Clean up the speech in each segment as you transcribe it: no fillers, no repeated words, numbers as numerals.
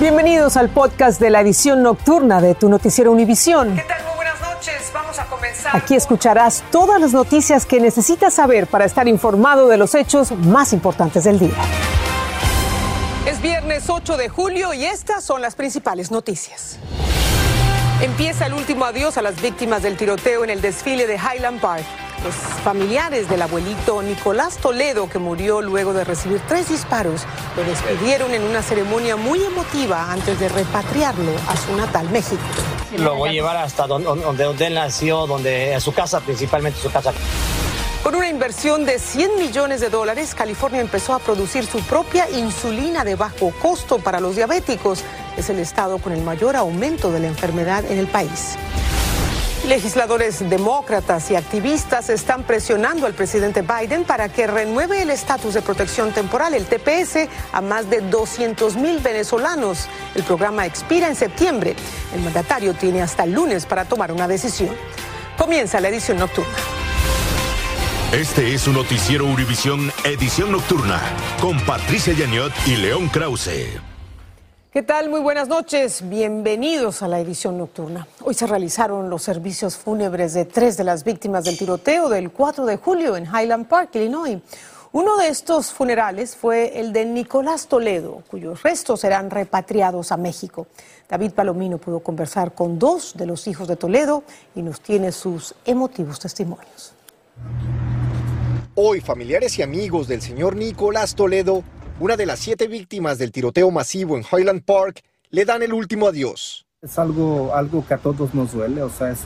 Bienvenidos al podcast de la edición nocturna de tu noticiero Univisión. ¿Qué tal? Muy buenas noches. Vamos a comenzar. Aquí escucharás todas las noticias que necesitas saber para estar informado de los hechos más importantes del día. Es viernes 8 de julio y estas son las principales noticias. Empieza el último adiós a las víctimas del tiroteo en el desfile de Highland Park. Los familiares del abuelito Nicolás Toledo, que murió luego de recibir 3 disparos, lo despidieron en una ceremonia muy emotiva antes de repatriarlo a su natal México. Lo voy a llevar hasta donde él nació, a su casa, principalmente su casa. Con una inversión de $100 millones, California empezó a producir su propia insulina de bajo costo para los diabéticos. Es el estado con el mayor aumento de la enfermedad en el país. Legisladores demócratas y activistas están presionando al presidente Biden para que renueve el estatus de protección temporal, el TPS, a más de 200,000 venezolanos. El programa expira en septiembre. El mandatario tiene hasta el lunes para tomar una decisión. Comienza la edición nocturna. Este es un noticiero Univisión Edición Nocturna con Patricia Yaniot y León Krause. ¿Qué tal? Muy buenas noches. Bienvenidos a la edición nocturna. Hoy se realizaron los servicios fúnebres de 3 de las víctimas del tiroteo del 4 de julio en Highland Park, Illinois. Uno de estos funerales fue el de Nicolás Toledo, cuyos restos serán repatriados a México. David Palomino pudo conversar con 2 de los hijos de Toledo y nos tiene sus emotivos testimonios. Hoy, familiares y amigos del señor Nicolás Toledo, una de las 7 víctimas del tiroteo masivo en Highland Park, le dan el último adiós. Es algo que a todos nos duele,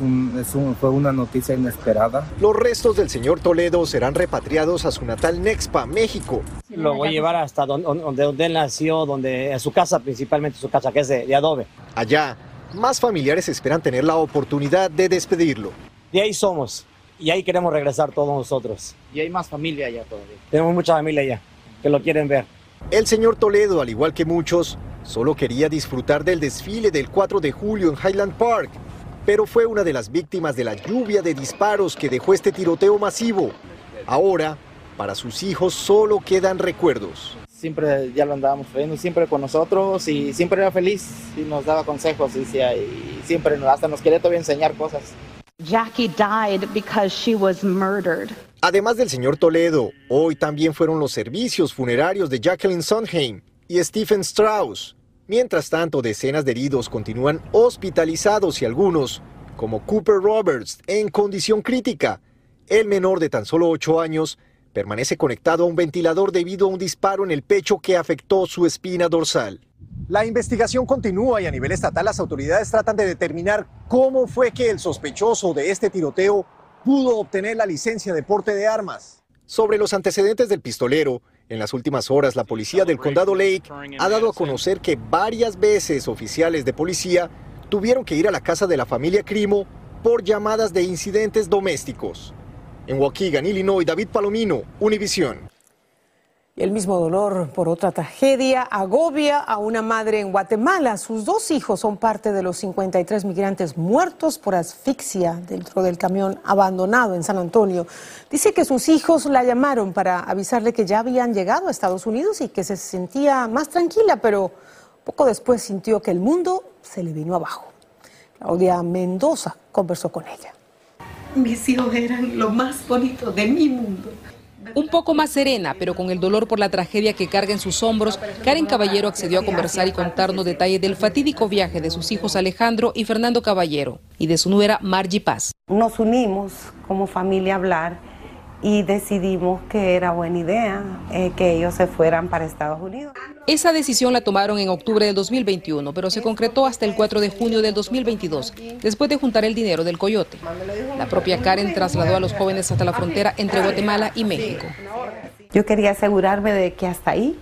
fue una noticia inesperada. Los restos del señor Toledo serán repatriados a su natal Nexpa, México. Lo voy a llevar hasta donde él nació, a su casa, principalmente su casa, que es de adobe. Allá, más familiares esperan tener la oportunidad de despedirlo. De ahí somos, y ahí queremos regresar todos nosotros. Y hay más familia allá todavía. Tenemos mucha familia allá, que lo quieren ver. El señor Toledo, al igual que muchos, solo quería disfrutar del desfile del 4 de julio en Highland Park, pero fue una de las víctimas de la lluvia de disparos que dejó este tiroteo masivo. Ahora, para sus hijos solo quedan recuerdos. Siempre ya lo andábamos viendo, siempre con nosotros y siempre era feliz y nos daba consejos y siempre hasta nos quería todavía enseñar cosas. Jackie died because she was murdered. Además del señor Toledo, hoy también fueron los servicios funerarios de Jacqueline Sondheim y Stephen Strauss. Mientras tanto, decenas de heridos continúan hospitalizados y algunos, como Cooper Roberts, en condición crítica. El menor de tan solo 8 años permanece conectado a un ventilador debido a un disparo en el pecho que afectó su espina dorsal. La investigación continúa y a nivel estatal las autoridades tratan de determinar cómo fue que el sospechoso de este tiroteo pudo obtener la licencia de porte de armas. Sobre los antecedentes del pistolero, en las últimas horas la policía del condado Lake ha dado a conocer que varias veces oficiales de policía tuvieron que ir a la casa de la familia Crimo por llamadas de incidentes domésticos. En Waukegan, Illinois, David Palomino, Univisión. Y el mismo dolor por otra tragedia agobia a una madre en Guatemala. Sus 2 hijos son parte de los 53 migrantes muertos por asfixia dentro del camión abandonado en San Antonio. Dice que sus hijos la llamaron para avisarle que ya habían llegado a Estados Unidos y que se sentía más tranquila, pero poco después sintió que el mundo se le vino abajo. Claudia Mendoza conversó con ella. Mis hijos eran lo más bonito de mi mundo. Un poco más serena, pero con el dolor por la tragedia que carga en sus hombros, Karen Caballero accedió a conversar y contarnos detalles del fatídico viaje de sus hijos Alejandro y Fernando Caballero y de su nuera Margie Paz. Nos unimos como familia a hablar y decidimos que era buena idea que ellos se fueran para Estados Unidos. Esa decisión la tomaron en octubre del 2021, pero se concretó hasta el 4 de junio del 2022, después de juntar el dinero del coyote. La propia Karen trasladó a los jóvenes hasta la frontera entre Guatemala y México. Yo quería asegurarme de que hasta ahí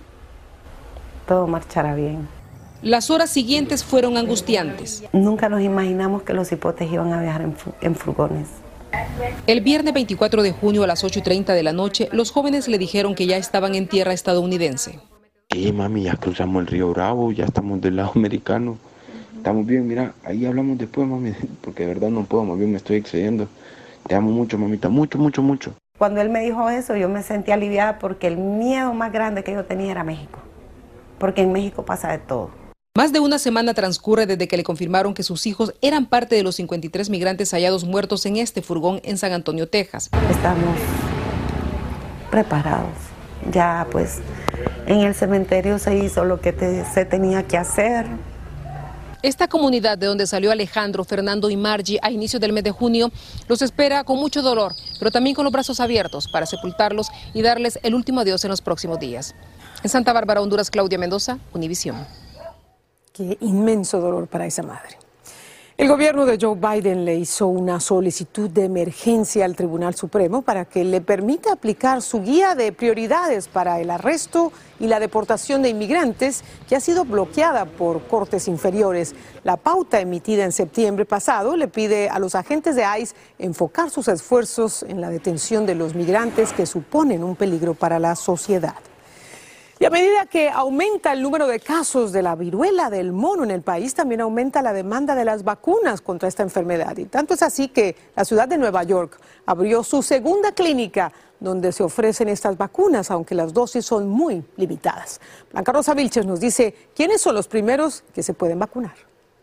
todo marchara bien. Las horas siguientes fueron angustiantes. Nunca nos imaginamos que los hipotes iban a viajar en furgones. El viernes 24 de junio a las 8:30 de la noche, los jóvenes le dijeron que ya estaban en tierra estadounidense. Mami, ya cruzamos el río Bravo, ya estamos del lado americano. Estamos bien, mira, ahí hablamos después, mami, porque de verdad no puedo, más bien me estoy excediendo. Te amo mucho, mamita, mucho, mucho, mucho. Cuando él me dijo eso, yo me sentí aliviada porque el miedo más grande que yo tenía era México. Porque en México pasa de todo. Más de una semana transcurre desde que le confirmaron que sus hijos eran parte de los 53 migrantes hallados muertos en este furgón en San Antonio, Texas. Estamos preparados. Ya pues en el cementerio se hizo lo que se tenía que hacer. Esta comunidad de donde salió Alejandro, Fernando y Margie a inicio del mes de junio los espera con mucho dolor, pero también con los brazos abiertos para sepultarlos y darles el último adiós en los próximos días. En Santa Bárbara, Honduras, Claudia Mendoza, Univisión. Qué inmenso dolor para esa madre. El gobierno de Joe Biden le hizo una solicitud de emergencia al Tribunal Supremo para que le permita aplicar su guía de prioridades para el arresto y la deportación de inmigrantes que ha sido bloqueada por cortes inferiores. La pauta emitida en septiembre pasado le pide a los agentes de ICE enfocar sus esfuerzos en la detención de los migrantes que suponen un peligro para la sociedad. Y a medida que aumenta el número de casos de la viruela del mono en el país, también aumenta la demanda de las vacunas contra esta enfermedad. Y tanto es así que la ciudad de Nueva York abrió su segunda clínica donde se ofrecen estas vacunas, aunque las dosis son muy limitadas. Blanca Rosa Vilches nos dice quiénes son los primeros que se pueden vacunar.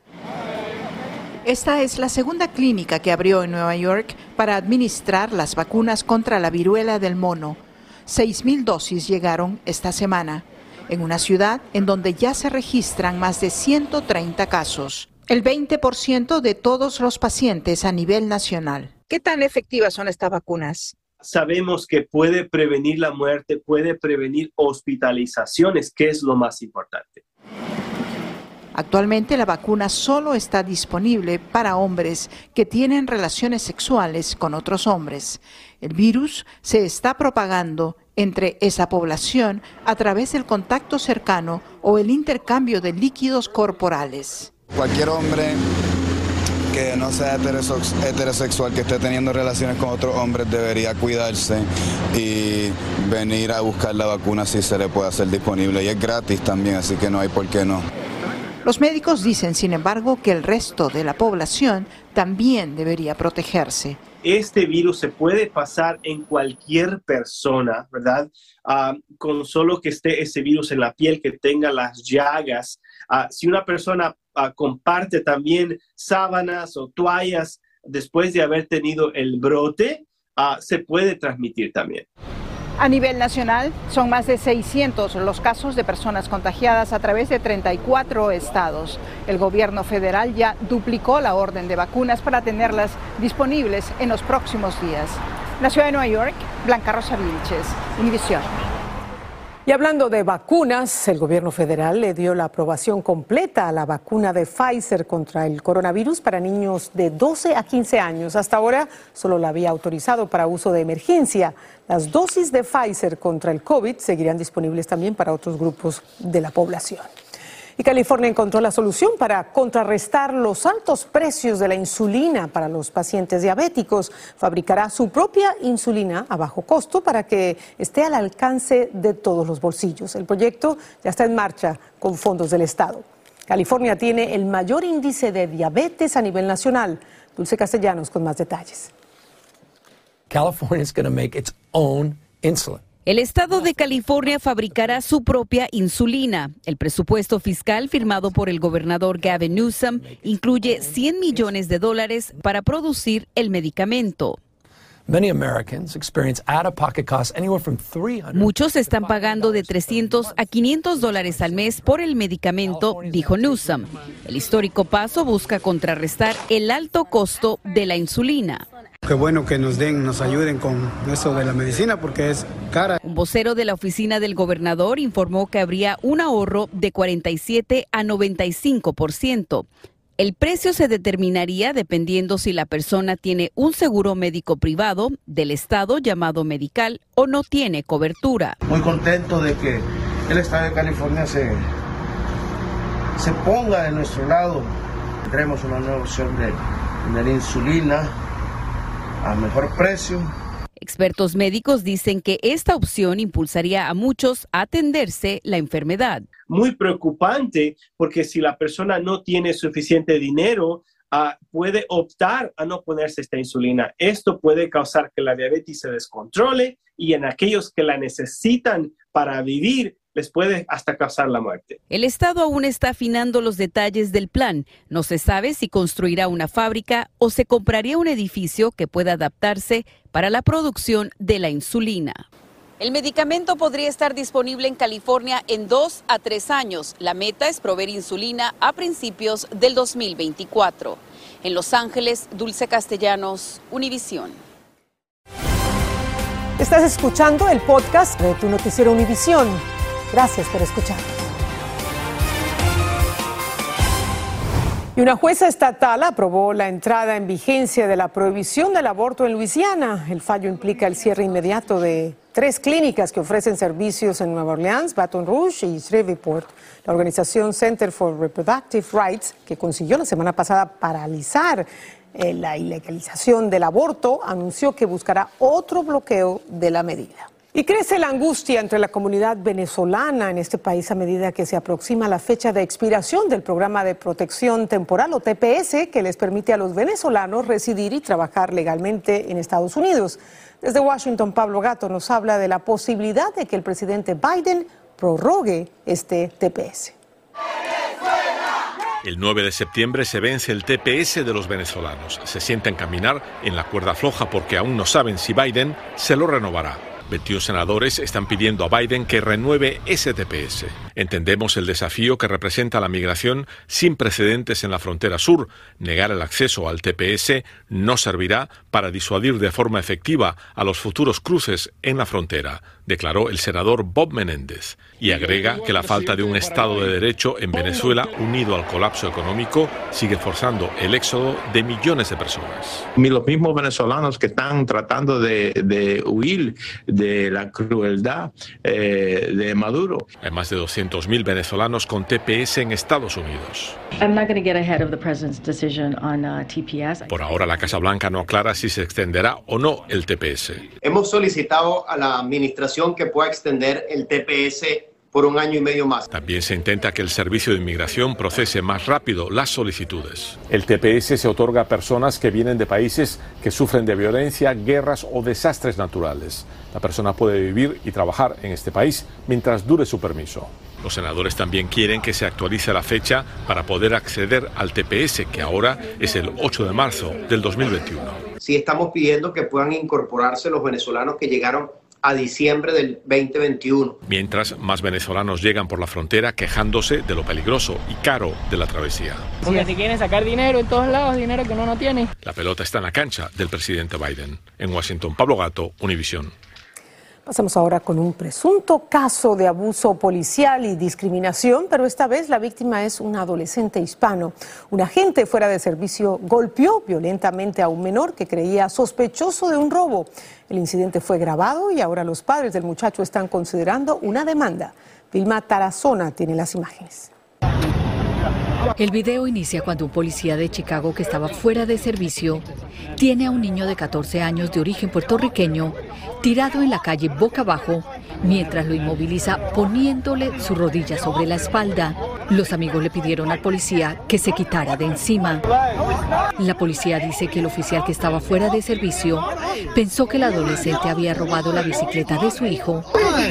Esta es la segunda clínica que abrió en Nueva York para administrar las vacunas contra la viruela del mono. 6,000 dosis llegaron esta semana, en una ciudad en donde ya se registran más de 130 casos, el 20% de todos los pacientes a nivel nacional. ¿Qué tan efectivas son estas vacunas? Sabemos que puede prevenir la muerte, puede prevenir hospitalizaciones, que es lo más importante. Actualmente la vacuna solo está disponible para hombres que tienen relaciones sexuales con otros hombres. El virus se está propagando entre esa población a través del contacto cercano o el intercambio de líquidos corporales. Cualquier hombre que no sea heterosexual, que esté teniendo relaciones con otros hombres, debería cuidarse y venir a buscar la vacuna si se le puede hacer disponible. Y es gratis también, así que no hay por qué no. Los médicos dicen, sin embargo, que el resto de la población también debería protegerse. Este virus se puede pasar en cualquier persona, ¿verdad? Con solo que esté ese virus en la piel, que tenga las llagas. Si una persona comparte también sábanas o toallas después de haber tenido el brote, se puede transmitir también. A nivel nacional, son más de 600 los casos de personas contagiadas a través de 34 estados. El gobierno federal ya duplicó la orden de vacunas para tenerlas disponibles en los próximos días. En la ciudad de Nueva York, Blanca Rosa Vilches, Univisión. Y hablando de vacunas, el gobierno federal le dio la aprobación completa a la vacuna de Pfizer contra el coronavirus para niños de 12 a 15 años. Hasta ahora solo la había autorizado para uso de emergencia. Las dosis de Pfizer contra el COVID seguirán disponibles también para otros grupos de la población. Y California encontró la solución para contrarrestar los altos precios de la insulina para los pacientes diabéticos. Fabricará su propia insulina a bajo costo para que esté al alcance de todos los bolsillos. El proyecto ya está en marcha con fondos del Estado. California tiene el mayor índice de diabetes a nivel nacional. Dulce Castellanos con más detalles. California is going to make its own insulin. El estado de California fabricará su propia insulina. El presupuesto fiscal firmado por el gobernador Gavin Newsom incluye $100 millones para producir el medicamento. Muchos están pagando de $300 a $500 al mes por el medicamento, dijo Newsom. El histórico paso busca contrarrestar el alto costo de la insulina. Qué bueno que nos ayuden con eso de la medicina porque es cara. Un vocero de la oficina del gobernador informó que habría un ahorro de 47 a 95%. El precio se determinaría dependiendo si la persona tiene un seguro médico privado del estado llamado Medical o no tiene cobertura. Muy contento de que el estado de California se ponga de nuestro lado. Tendremos una nueva opción de la insulina a mejor precio. Expertos médicos dicen que esta opción impulsaría a muchos a atenderse la enfermedad. Muy preocupante porque si la persona no tiene suficiente dinero, puede optar a no ponerse esta insulina. Esto puede causar que la diabetes se descontrole y en aquellos que la necesitan para vivir, les puede hasta causar la muerte. El Estado aún está afinando los detalles del plan. No se sabe si construirá una fábrica o se compraría un edificio que pueda adaptarse para la producción de la insulina. El medicamento podría estar disponible en California en 2 a 3 años. La meta es proveer insulina a principios del 2024. En Los Ángeles, Dulce Castellanos, Univisión. Estás escuchando el podcast de tu noticiero Univisión. Gracias por escucharnos. Y una jueza estatal aprobó la entrada en vigencia de la prohibición del aborto en Luisiana. El fallo implica el cierre inmediato de 3 clínicas que ofrecen servicios en Nueva Orleans, Baton Rouge y Shreveport. La organización Center for Reproductive Rights, que consiguió la semana pasada paralizar la ilegalización del aborto, anunció que buscará otro bloqueo de la medida. Y crece la angustia entre la comunidad venezolana en este país a medida que se aproxima la fecha de expiración del programa de protección temporal o TPS, que les permite a los venezolanos residir y trabajar legalmente en Estados Unidos. Desde Washington, Pablo Gato nos habla de la posibilidad de que el presidente Biden prorrogue este TPS. El 9 de septiembre se vence el TPS de los venezolanos. Se sientan caminar en la cuerda floja porque aún no saben si Biden se lo renovará. 21 senadores están pidiendo a Biden que renueve ese TPS. Entendemos el desafío que representa la migración sin precedentes en la frontera sur. Negar el acceso al TPS no servirá para disuadir de forma efectiva a los futuros cruces en la frontera, declaró el senador Bob Menéndez. Y agrega que la falta de un Estado de Derecho en Venezuela, unido al colapso económico, sigue forzando el éxodo de millones de personas. Los mismos venezolanos que están tratando de huir de la crueldad de Maduro. Hay más de 200,000 venezolanos con TPS en Estados Unidos. Por ahora, la Casa Blanca no aclara si se extenderá o no el TPS. Hemos solicitado a la administración que pueda extender el TPS por 1 año y medio más. También se intenta que el Servicio de Inmigración procese más rápido las solicitudes. El TPS se otorga a personas que vienen de países que sufren de violencia, guerras o desastres naturales. La persona puede vivir y trabajar en este país mientras dure su permiso. Los senadores también quieren que se actualice la fecha para poder acceder al TPS, que ahora es el 8 de marzo del 2021. Sí estamos pidiendo que puedan incorporarse los venezolanos que llegaron a diciembre del 2021. Mientras, más venezolanos llegan por la frontera quejándose de lo peligroso y caro de la travesía. Porque si quieren sacar dinero en todos lados, dinero que uno no tiene. La pelota está en la cancha del presidente Biden. En Washington, Pablo Gato, Univisión. Pasamos ahora con un presunto caso de abuso policial y discriminación, pero esta vez la víctima es un adolescente hispano. Un agente fuera de servicio golpeó violentamente a un menor que creía sospechoso de un robo. El incidente fue grabado y ahora los padres del muchacho están considerando una demanda. Vilma Tarazona tiene las imágenes. El video inicia cuando un policía de Chicago que estaba fuera de servicio tiene a un niño de 14 años de origen puertorriqueño tirado en la calle boca abajo mientras lo inmoviliza poniéndole su rodilla sobre la espalda. Los amigos le pidieron al policía que se quitara de encima. La policía dice que el oficial que estaba fuera de servicio pensó que el adolescente había robado la bicicleta de su hijo,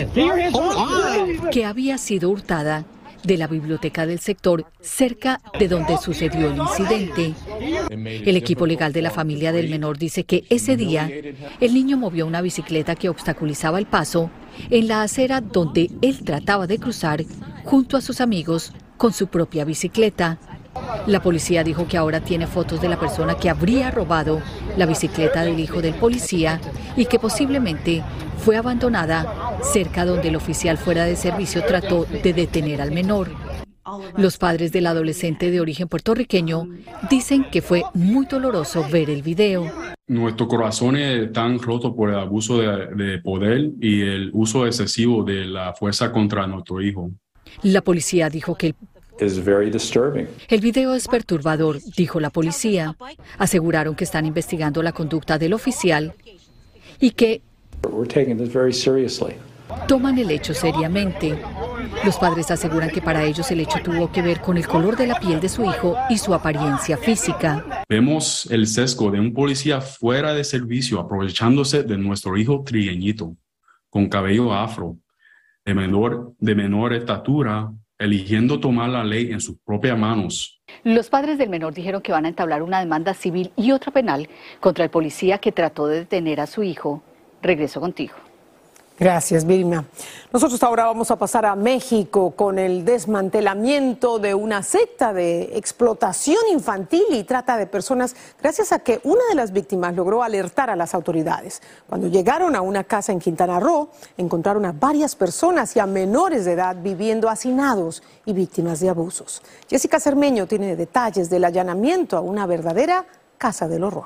que había sido hurtada de la biblioteca del sector cerca de donde sucedió el incidente. El equipo legal de la familia del menor dice que ese día el niño movió una bicicleta que obstaculizaba el paso en la acera donde él trataba de cruzar junto a sus amigos con su propia bicicleta. La policía dijo que ahora tiene fotos de la persona que habría robado la bicicleta del hijo del policía y que posiblemente fue abandonada cerca donde el oficial fuera de servicio trató de detener al menor. Los padres del adolescente de origen puertorriqueño dicen que fue muy doloroso ver el video. Nuestros corazones están rotos por el abuso de poder y el uso excesivo de la fuerza contra nuestro hijo. La policía dijo que el video es perturbador, dijo la policía. Aseguraron que están investigando la conducta del oficial y que toman el hecho seriamente. Los padres aseguran que para ellos el hecho tuvo que ver con el color de la piel de su hijo y su apariencia física. Vemos el sesgo de un policía fuera de servicio aprovechándose de nuestro hijo trigueñito, con cabello afro, de menor estatura, eligiendo tomar la ley en sus propias manos. Los padres del menor dijeron que van a entablar una demanda civil y otra penal contra el policía que trató de detener a su hijo. Regreso contigo. Gracias, Vilma. Nosotros ahora vamos a pasar a México con el desmantelamiento de una secta de explotación infantil y trata de personas gracias a que una de las víctimas logró alertar a las autoridades. Cuando llegaron a una casa en Quintana Roo, encontraron a varias personas y a menores de edad viviendo hacinados y víctimas de abusos. Jessica Cermeño tiene detalles del allanamiento a una verdadera casa del horror.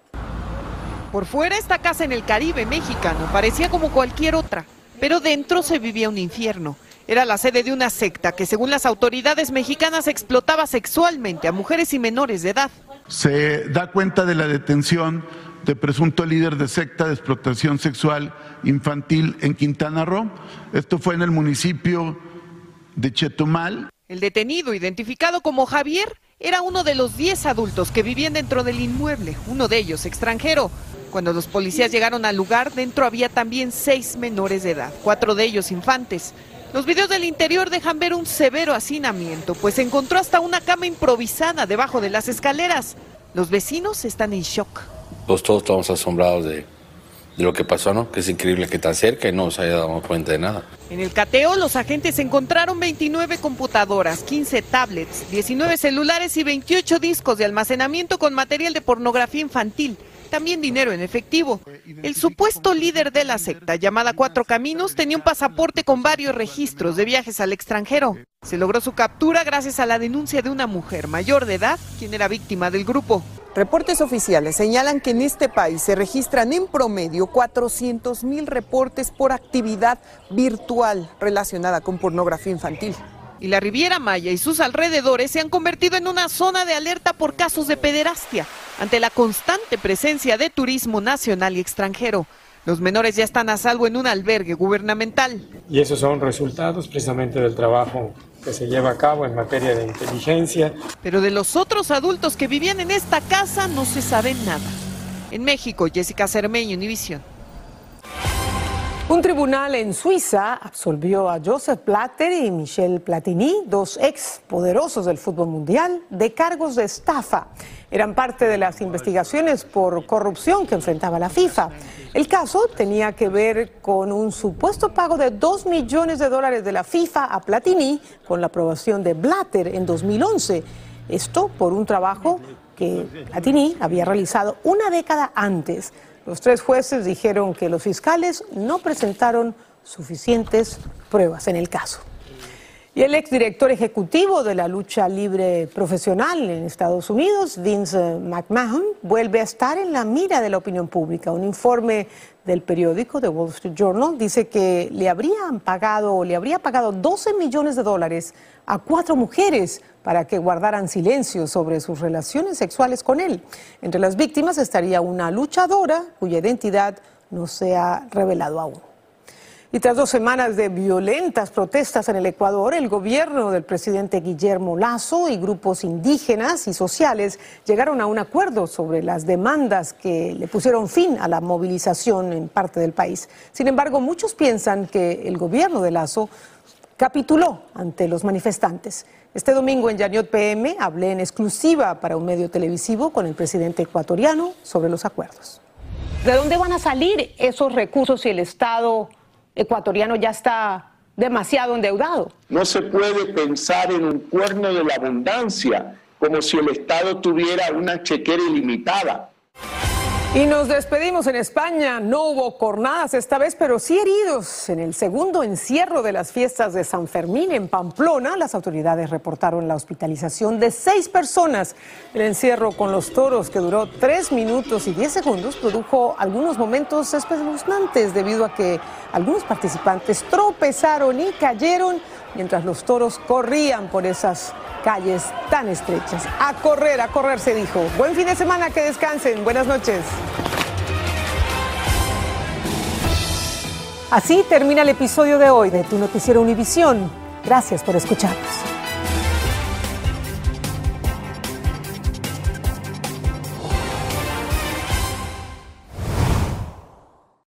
Por fuera, esta casa en el Caribe mexicano parecía como cualquier otra, pero dentro se vivía un infierno. Era la sede de una secta que, según las autoridades mexicanas, explotaba sexualmente a mujeres y menores de edad. Se da cuenta de la detención de presunto líder de secta de explotación sexual infantil en Quintana Roo. Esto fue en el municipio de Chetumal. El detenido, identificado como Javier, era uno de los 10 adultos que vivían dentro del inmueble, uno de ellos extranjero. Cuando los policías llegaron al lugar, dentro había también 6 menores de edad, 4 de ellos infantes. Los videos del interior dejan ver un severo hacinamiento, pues se encontró hasta una cama improvisada debajo de las escaleras. Los vecinos están en shock. Todos estamos asombrados de lo que pasó, ¿no? Que es increíble que tan cerca y no se haya dado cuenta de nada. En el cateo, los agentes encontraron 29 computadoras, 15 tablets, 19 celulares y 28 discos de almacenamiento con material de pornografía infantil. También dinero en efectivo. El supuesto líder de la secta, llamada Cuatro Caminos, tenía un pasaporte con varios registros de viajes al extranjero. Se logró su captura gracias a la denuncia de una mujer mayor de edad, quien era víctima del grupo. Reportes oficiales señalan que en este país se registran en promedio 400,000 reportes por actividad virtual relacionada con pornografía infantil. Y la Riviera Maya y sus alrededores se han convertido en una zona de alerta por casos de pederastia, ante la constante presencia de turismo nacional y extranjero. Los menores ya están a salvo en un albergue gubernamental. Y esos son resultados precisamente del trabajo que se lleva a cabo en materia de inteligencia. Pero de los otros adultos que vivían en esta casa no se sabe nada. En México, Jessica Cermeño, Univisión. Un tribunal en Suiza absolvió a Joseph Blatter y Michel Platini, 2 ex poderosos del fútbol mundial, de cargos de estafa. Eran parte de las investigaciones por corrupción que enfrentaba la FIFA. El caso tenía que ver con un supuesto pago de $2 millones de la FIFA a Platini con la aprobación de Blatter en 2011. Esto por un trabajo que Platini había realizado una década antes. Los 3 jueces dijeron que los fiscales no presentaron suficientes pruebas en el caso. Y el exdirector ejecutivo de la lucha libre profesional en Estados Unidos, Vince McMahon, vuelve a estar en la mira de la opinión pública. Un informe del periódico The Wall Street Journal dice que le habría pagado $12 millones a 4 mujeres para que guardaran silencio sobre sus relaciones sexuales con él. Entre las víctimas estaría una luchadora cuya identidad no se ha revelado aún. Y tras 2 semanas de violentas protestas en el Ecuador, el gobierno del presidente Guillermo Lasso y grupos indígenas y sociales llegaron a un acuerdo sobre las demandas que le pusieron fin a la movilización en parte del país. Sin embargo, muchos piensan que el gobierno de Lasso capituló ante los manifestantes. Este domingo en Yaniot PM hablé en exclusiva para un medio televisivo con el presidente ecuatoriano sobre los acuerdos. ¿De dónde van a salir esos recursos si el Estado ecuatoriano ya está demasiado endeudado? No se puede pensar en un cuerno de la abundancia, como si el Estado tuviera una chequera ilimitada. Y nos despedimos en España. No hubo cornadas esta vez, pero sí heridos. En el segundo encierro de las fiestas de San Fermín en Pamplona, las autoridades reportaron la hospitalización de 6 personas. El encierro con los toros, que duró 3 minutos y 10 segundos, produjo algunos momentos espeluznantes debido a que algunos participantes tropezaron y cayeron mientras los toros corrían por esas calles tan estrechas. A correr se dijo. Buen fin de semana, que descansen. Buenas noches. Así termina el episodio de hoy de Tu Noticiero Univisión. Gracias por escucharnos.